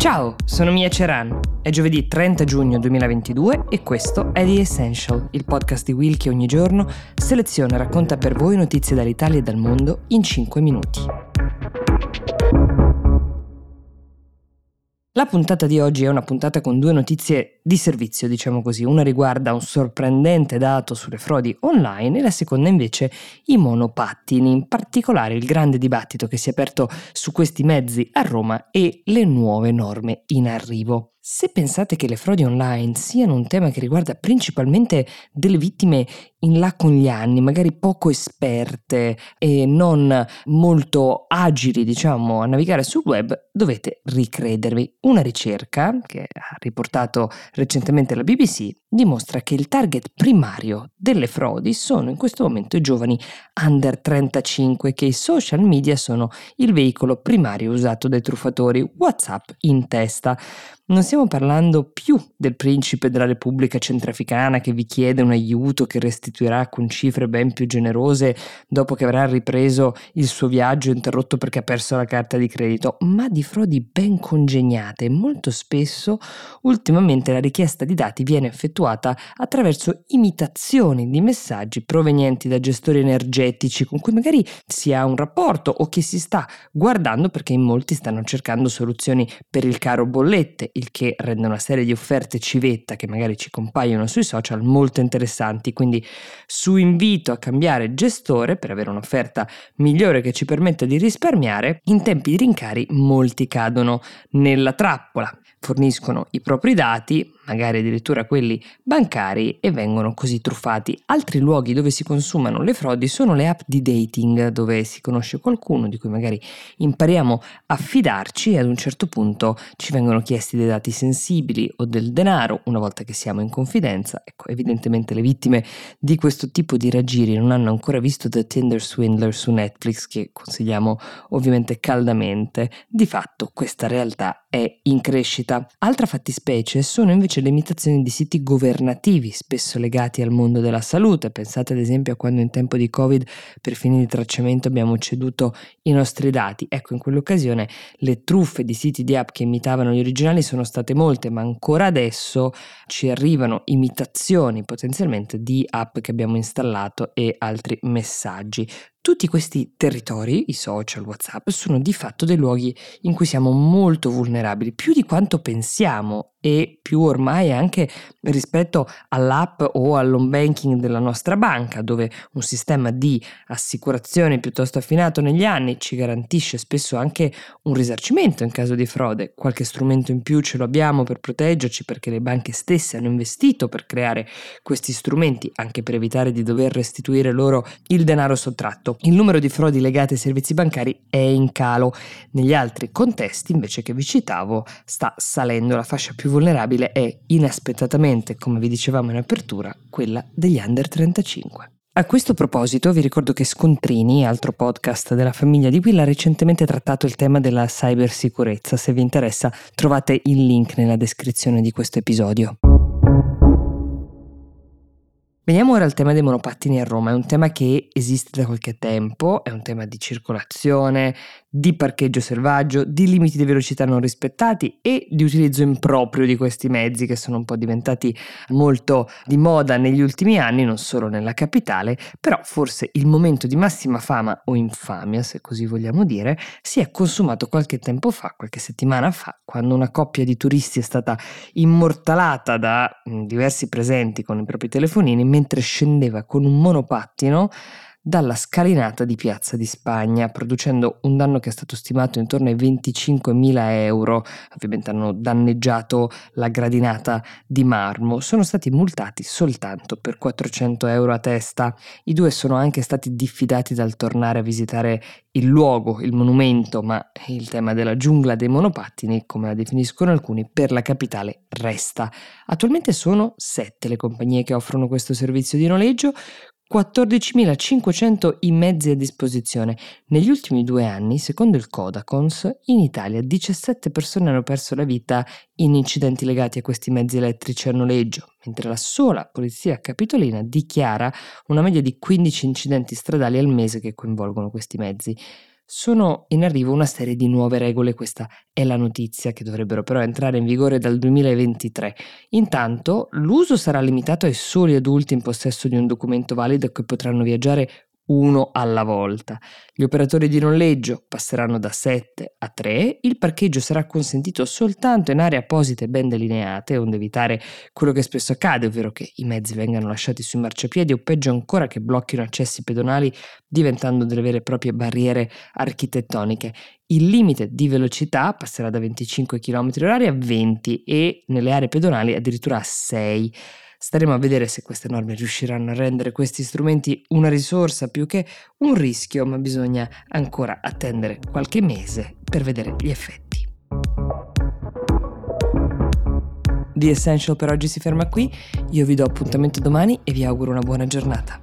Ciao, sono Mia Ceran. È giovedì 30 giugno 2022 e questo è The Essential, il podcast di Will che ogni giorno seleziona e racconta per voi notizie dall'Italia e dal mondo in 5 minuti. La puntata di oggi è una puntata con 2 notizie di servizio, diciamo così. Una riguarda un sorprendente dato sulle frodi online e la seconda invece i monopattini, in particolare il grande dibattito che si è aperto su questi mezzi a Roma e le nuove norme in arrivo. Se pensate che le frodi online siano un tema che riguarda principalmente delle vittime in là con gli anni, magari poco esperte e non molto agili, diciamo, a navigare sul web, dovete ricredervi. Una ricerca che ha riportato recentemente la BBC dimostra che il target primario delle frodi sono in questo momento i giovani under 35, che i social media sono il veicolo primario usato dai truffatori, WhatsApp in testa. Non stiamo parlando più del principe della Repubblica Centrafricana che vi chiede un aiuto che restituirà con cifre ben più generose dopo che avrà ripreso il suo viaggio interrotto perché ha perso la carta di credito, ma di frodi ben congegnate. Molto spesso, ultimamente, la richiesta di dati viene effettuata attraverso imitazioni di messaggi provenienti da gestori energetici con cui magari si ha un rapporto o che si sta guardando perché in molti stanno cercando soluzioni per il caro bollette, il che rende una serie di offerte civetta che magari ci compaiono sui social molto interessanti. Quindi su invito a cambiare gestore per avere un'offerta migliore che ci permetta di risparmiare, in tempi di rincari molti cadono nella trappola, forniscono i propri dati, magari addirittura quelli bancari, e vengono così truffati. Altri luoghi dove si consumano le frodi sono le app di dating, dove si conosce qualcuno di cui magari impariamo a fidarci e ad un certo punto ci vengono chiesti dei dati sensibili o del denaro una volta che siamo in confidenza. Ecco, evidentemente le vittime di questo tipo di raggiri non hanno ancora visto The Tinder Swindler su Netflix, che consigliamo ovviamente caldamente. Di fatto questa realtà è in crescita. Altra fattispecie sono invece le imitazioni di siti governativi, spesso legati al mondo della salute. Pensate ad esempio a quando in tempo di Covid per fini di tracciamento abbiamo ceduto i nostri dati. Ecco, in quell'occasione le truffe di siti di app che imitavano gli originali sono state molte, ma ancora adesso ci arrivano imitazioni potenzialmente di app che abbiamo installato e altri messaggi. Tutti questi territori, i social, WhatsApp, sono di fatto dei luoghi in cui siamo molto vulnerabili, più di quanto pensiamo e più ormai anche rispetto all'app o all'home banking della nostra banca, dove un sistema di assicurazione piuttosto affinato negli anni ci garantisce spesso anche un risarcimento in caso di frode. Qualche strumento in più ce lo abbiamo per proteggerci perché le banche stesse hanno investito per creare questi strumenti, anche per evitare di dover restituire loro il denaro sottratto. Il numero di frodi legate ai servizi bancari è in calo. Negli altri contesti, invece, che vi citavo, sta salendo. La fascia più vulnerabile è inaspettatamente, come vi dicevamo in apertura, quella degli under 35. A questo proposito vi ricordo che Scontrini, altro podcast della famiglia di Will, ha recentemente trattato il tema della cybersicurezza. Se vi interessa trovate il link nella descrizione di questo episodio. Veniamo ora al tema dei monopattini a Roma. È un tema che esiste da qualche tempo, è un tema di circolazione, di parcheggio selvaggio, di limiti di velocità non rispettati e di utilizzo improprio di questi mezzi che sono un po' diventati molto di moda negli ultimi anni, non solo nella capitale. Però forse il momento di massima fama o infamia, se così vogliamo dire, si è consumato qualche tempo fa, qualche settimana fa, quando una coppia di turisti è stata immortalata da diversi presenti con i propri telefonini mentre scendeva con un monopattino dalla scalinata di Piazza di Spagna, producendo un danno che è stato stimato intorno ai 25.000 euro. Ovviamente hanno danneggiato la gradinata di marmo. Sono stati multati soltanto per 400 euro a testa. I due sono anche stati diffidati dal tornare a visitare il luogo, il monumento, ma il tema della giungla dei monopattini, come la definiscono alcuni, per la capitale resta. Attualmente sono 7 le compagnie che offrono questo servizio di noleggio, 14.500 i mezzi a disposizione. Negli ultimi 2 anni, secondo il Codacons, in Italia 17 persone hanno perso la vita in incidenti legati a questi mezzi elettrici a noleggio, mentre la sola polizia capitolina dichiara una media di 15 incidenti stradali al mese che coinvolgono questi mezzi. Sono in arrivo una serie di nuove regole, questa è la notizia, che dovrebbero però entrare in vigore dal 2023. Intanto l'uso sarà limitato ai soli adulti in possesso di un documento valido che potranno viaggiare uno alla volta. Gli operatori di noleggio passeranno da 7 a 3, il parcheggio sarà consentito soltanto in aree apposite ben delineate, onde evitare quello che spesso accade, ovvero che i mezzi vengano lasciati sui marciapiedi o peggio ancora che blocchino accessi pedonali diventando delle vere e proprie barriere architettoniche. Il limite di velocità passerà da 25 km/h a 20 e nelle aree pedonali addirittura a 6. Staremo a vedere se queste norme riusciranno a rendere questi strumenti una risorsa più che un rischio, ma bisogna ancora attendere qualche mese per vedere gli effetti. The Essential per oggi si ferma qui, io vi do appuntamento domani e vi auguro una buona giornata.